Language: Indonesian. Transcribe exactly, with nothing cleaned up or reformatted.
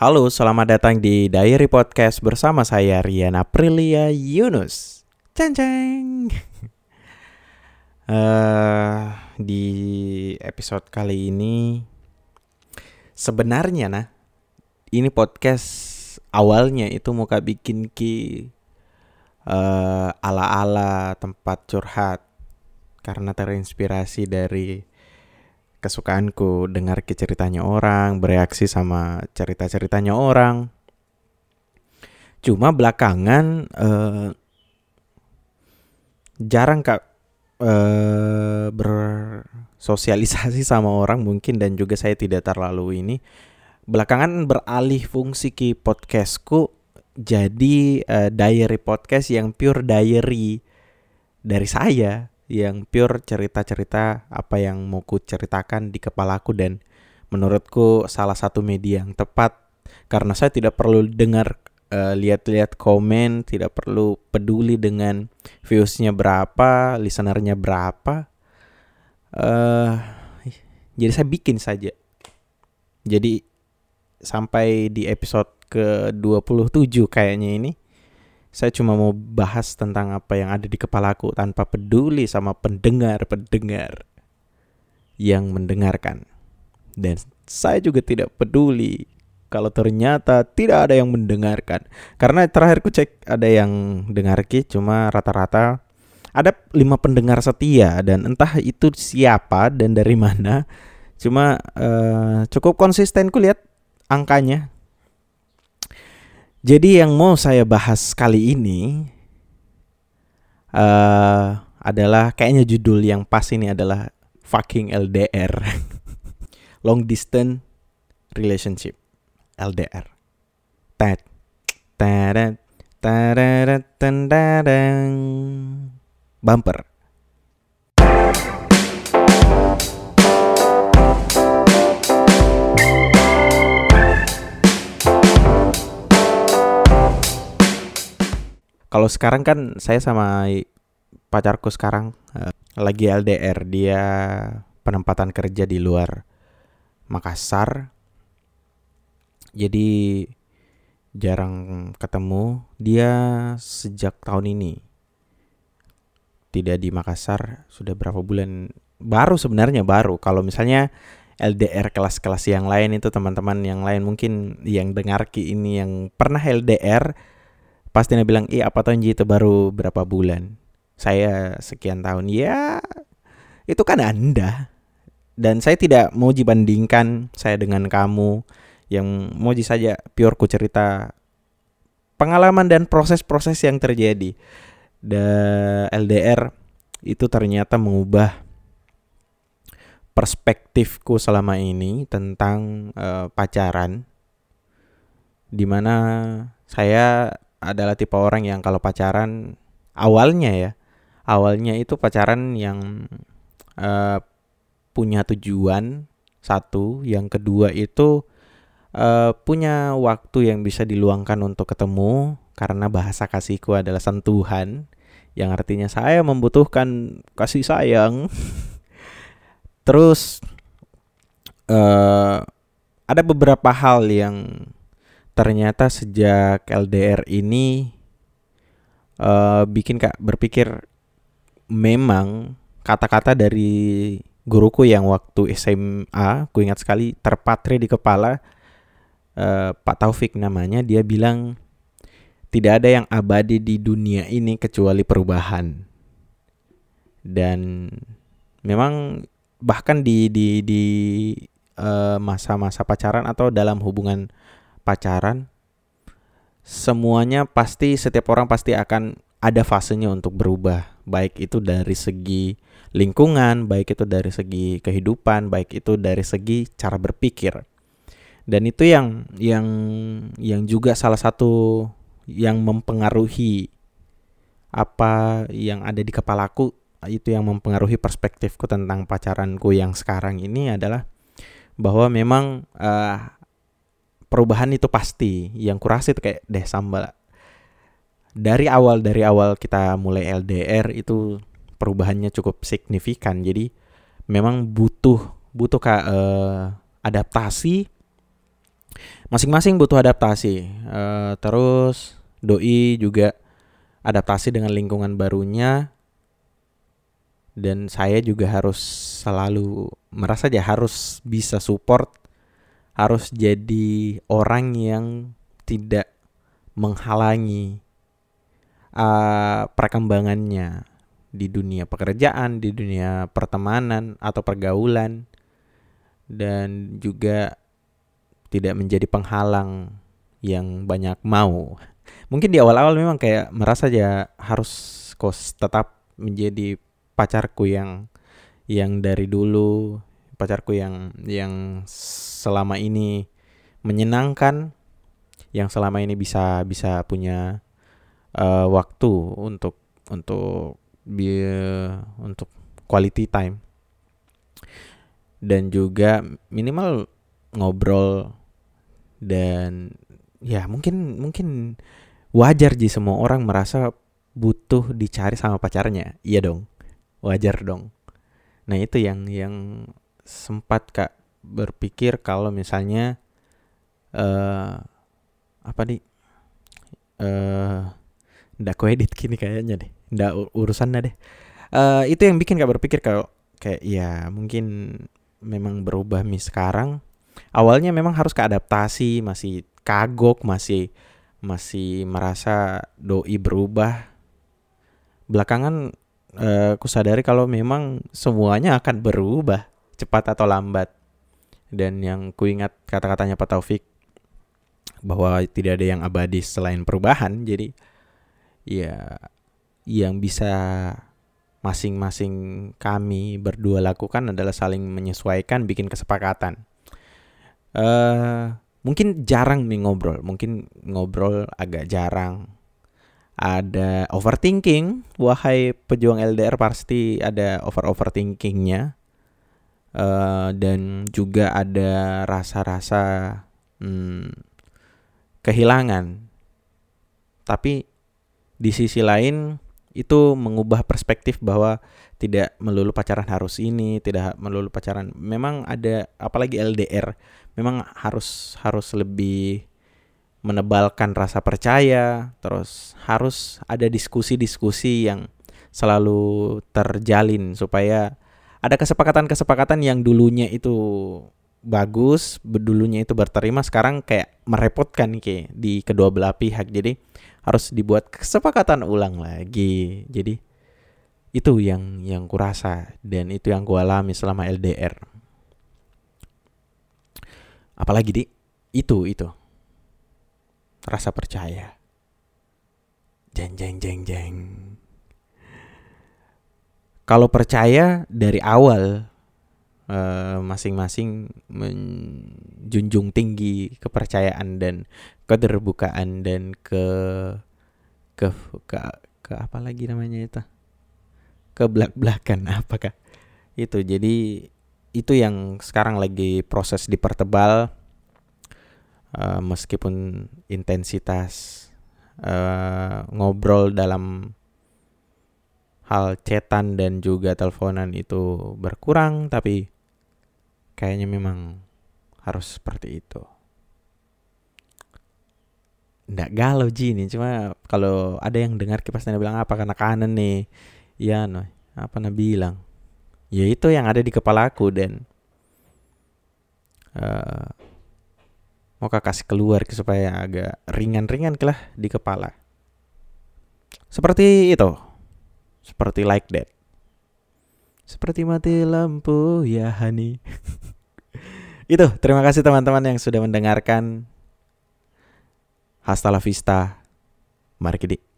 Halo, selamat datang di Diary Podcast bersama saya Rian Aprilia Yunus. Ceng ceng. Eh, di episode kali ini sebenarnya nah, ini podcast awalnya itu muka bikin ki eh, ala-ala tempat curhat karena terinspirasi dari kesukaanku dengar ke ceritanya orang, bereaksi sama cerita-ceritanya orang. Cuma belakangan eh, jarang kak eh, bersosialisasi sama orang mungkin, dan juga saya tidak terlalu ini. Belakangan beralih fungsi ke podcastku jadi eh, diary podcast yang pure diary dari saya, yang pure cerita-cerita apa yang mau ku ceritakan di kepalaku, dan menurutku salah satu media yang tepat karena saya tidak perlu dengar uh, lihat-lihat komen, tidak perlu peduli dengan viewsnya berapa, listenernya berapa. Uh, jadi saya bikin saja. Jadi sampai di episode ke dua puluh tujuh kayaknya ini saya cuma mau bahas tentang apa yang ada di kepalaku tanpa peduli sama pendengar-pendengar yang mendengarkan. Dan saya juga tidak peduli kalau ternyata tidak ada yang mendengarkan. Karena terakhir ku cek ada yang dengar ki, cuma rata-rata ada lima pendengar setia, dan entah itu siapa dan dari mana. Cuma uh, cukup konsisten ku lihat angkanya. Jadi yang mau saya bahas kali ini uh, adalah kayaknya judul yang pas ini adalah fucking L D R. Long distance relationship, L D R. Tat tarat tarat tendadang. Bumper. Kalau sekarang kan saya sama pacarku sekarang uh, lagi L D R. Dia penempatan kerja di luar Makassar. Jadi jarang ketemu. Dia sejak tahun ini tidak di Makassar. Sudah berapa bulan? Baru sebenarnya baru. Kalau misalnya L D R kelas-kelas yang lain itu, teman-teman yang lain mungkin yang dengar ki ini yang pernah L D R pasti dia bilang, iya apa tahun itu baru berapa bulan. Saya sekian tahun. Ya itu kan Anda. Dan saya tidak mau dibandingkan saya dengan kamu. Yang mau saja pure ku cerita pengalaman dan proses-proses yang terjadi. Dan L D R itu ternyata mengubah perspektifku selama ini tentang uh, pacaran. Dimana saya adalah tipe orang yang kalau pacaran awalnya ya awalnya itu pacaran yang uh, punya tujuan satu, yang kedua itu uh, punya waktu yang bisa diluangkan untuk ketemu, karena bahasa kasihku adalah sentuhan, yang artinya saya membutuhkan kasih sayang. Terus uh, ada beberapa hal yang ternyata sejak L D R ini uh, bikin kak berpikir, memang kata-kata dari guruku yang waktu S M A, ku ingat sekali, terpatri di kepala, uh, Pak Taufik namanya. Dia bilang tidak ada yang abadi di dunia ini kecuali perubahan. Dan memang bahkan di di di uh, masa-masa pacaran atau dalam hubungan pacaran, semuanya pasti, setiap orang pasti akan ada fasenya untuk berubah, baik itu dari segi lingkungan, baik itu dari segi kehidupan, baik itu dari segi cara berpikir. Dan itu yang yang yang juga salah satu yang mempengaruhi apa yang ada di kepalaku, itu yang mempengaruhi perspektifku tentang pacaranku yang sekarang ini adalah bahwa memang uh, perubahan itu pasti. Yang kurasa itu kayak deh sambal. Dari awal dari awal kita mulai L D R itu perubahannya cukup signifikan. Jadi memang butuh butuh ka, uh, adaptasi Masing-masing butuh adaptasi. Uh, terus doi juga adaptasi dengan lingkungan barunya, dan saya juga harus selalu merasa aja harus bisa support, harus jadi orang yang tidak menghalangi uh, perkembangannya di dunia pekerjaan, di dunia pertemanan atau pergaulan, dan juga tidak menjadi penghalang yang banyak mau. Mungkin di awal-awal memang kayak merasa aja harus kos tetap menjadi pacarku yang yang dari dulu, pacarku yang yang selama ini menyenangkan, yang selama ini bisa bisa punya uh, waktu untuk untuk bi untuk quality time, dan juga minimal ngobrol. Dan ya mungkin mungkin wajar ji semua orang merasa butuh dicari sama pacarnya. Iya dong, wajar dong. Nah itu yang yang sempat Kak berpikir kalau misalnya uh, apa nih uh, ndak ku edit gini kayaknya deh, ndak urusan deh. Uh, itu yang bikin Kak berpikir kalau kayak ya mungkin memang berubah nih sekarang. Awalnya memang harus keadaptasi, masih kagok, masih masih merasa doi berubah. Belakangan uh, ku sadari kalau memang semuanya akan berubah cepat atau lambat. Dan yang ku ingat kata-katanya Pak Taufik bahwa tidak ada yang abadi selain perubahan. Jadi ya yang bisa masing-masing kami berdua lakukan adalah saling menyesuaikan, bikin kesepakatan. Uh, mungkin jarang nih ngobrol, mungkin ngobrol agak jarang. Ada overthinking, wahai pejuang L D R pasti ada over-overthinkingnya. Uh, dan juga ada rasa-rasa hmm, kehilangan. Tapi di sisi lain itu mengubah perspektif bahwa tidak melulu pacaran harus ini, tidak melulu pacaran. Memang ada, apalagi L D R, memang harus harus lebih menebalkan rasa percaya, terus harus ada diskusi-diskusi yang selalu terjalin supaya ada kesepakatan-kesepakatan yang dulunya itu bagus, dulunya itu berterima, sekarang kayak merepotkan kayak di kedua belah pihak. Jadi harus dibuat kesepakatan ulang lagi. Jadi itu yang yang kurasa dan itu yang ku alami selama L D R. Apalagi di itu itu rasa percaya. Jeng jeng jeng jeng. Kalau percaya dari awal, uh, masing-masing menjunjung tinggi kepercayaan dan keterbukaan dan ke ke ke, ke apa lagi namanya itu? Kebelak-belakan apakah itu. Jadi itu yang sekarang lagi proses dipertebal, uh, meskipun intensitas uh, ngobrol dalam hal chatan dan juga teleponan itu berkurang, tapi kayaknya memang harus seperti itu. Nggak galau Ji nih, cuma kalau ada yang dengar kipas Nana bilang apa karena kanan nih, ya no, apa Nana bilang, ya itu yang ada di kepala aku. Dan uh, mau kasih keluar supaya agak ringan-ringan lah di kepala. Seperti itu, seperti like that, seperti mati lampu ya honey. Itu, terima kasih teman-teman yang sudah mendengarkan. Hasta la vista, mari kita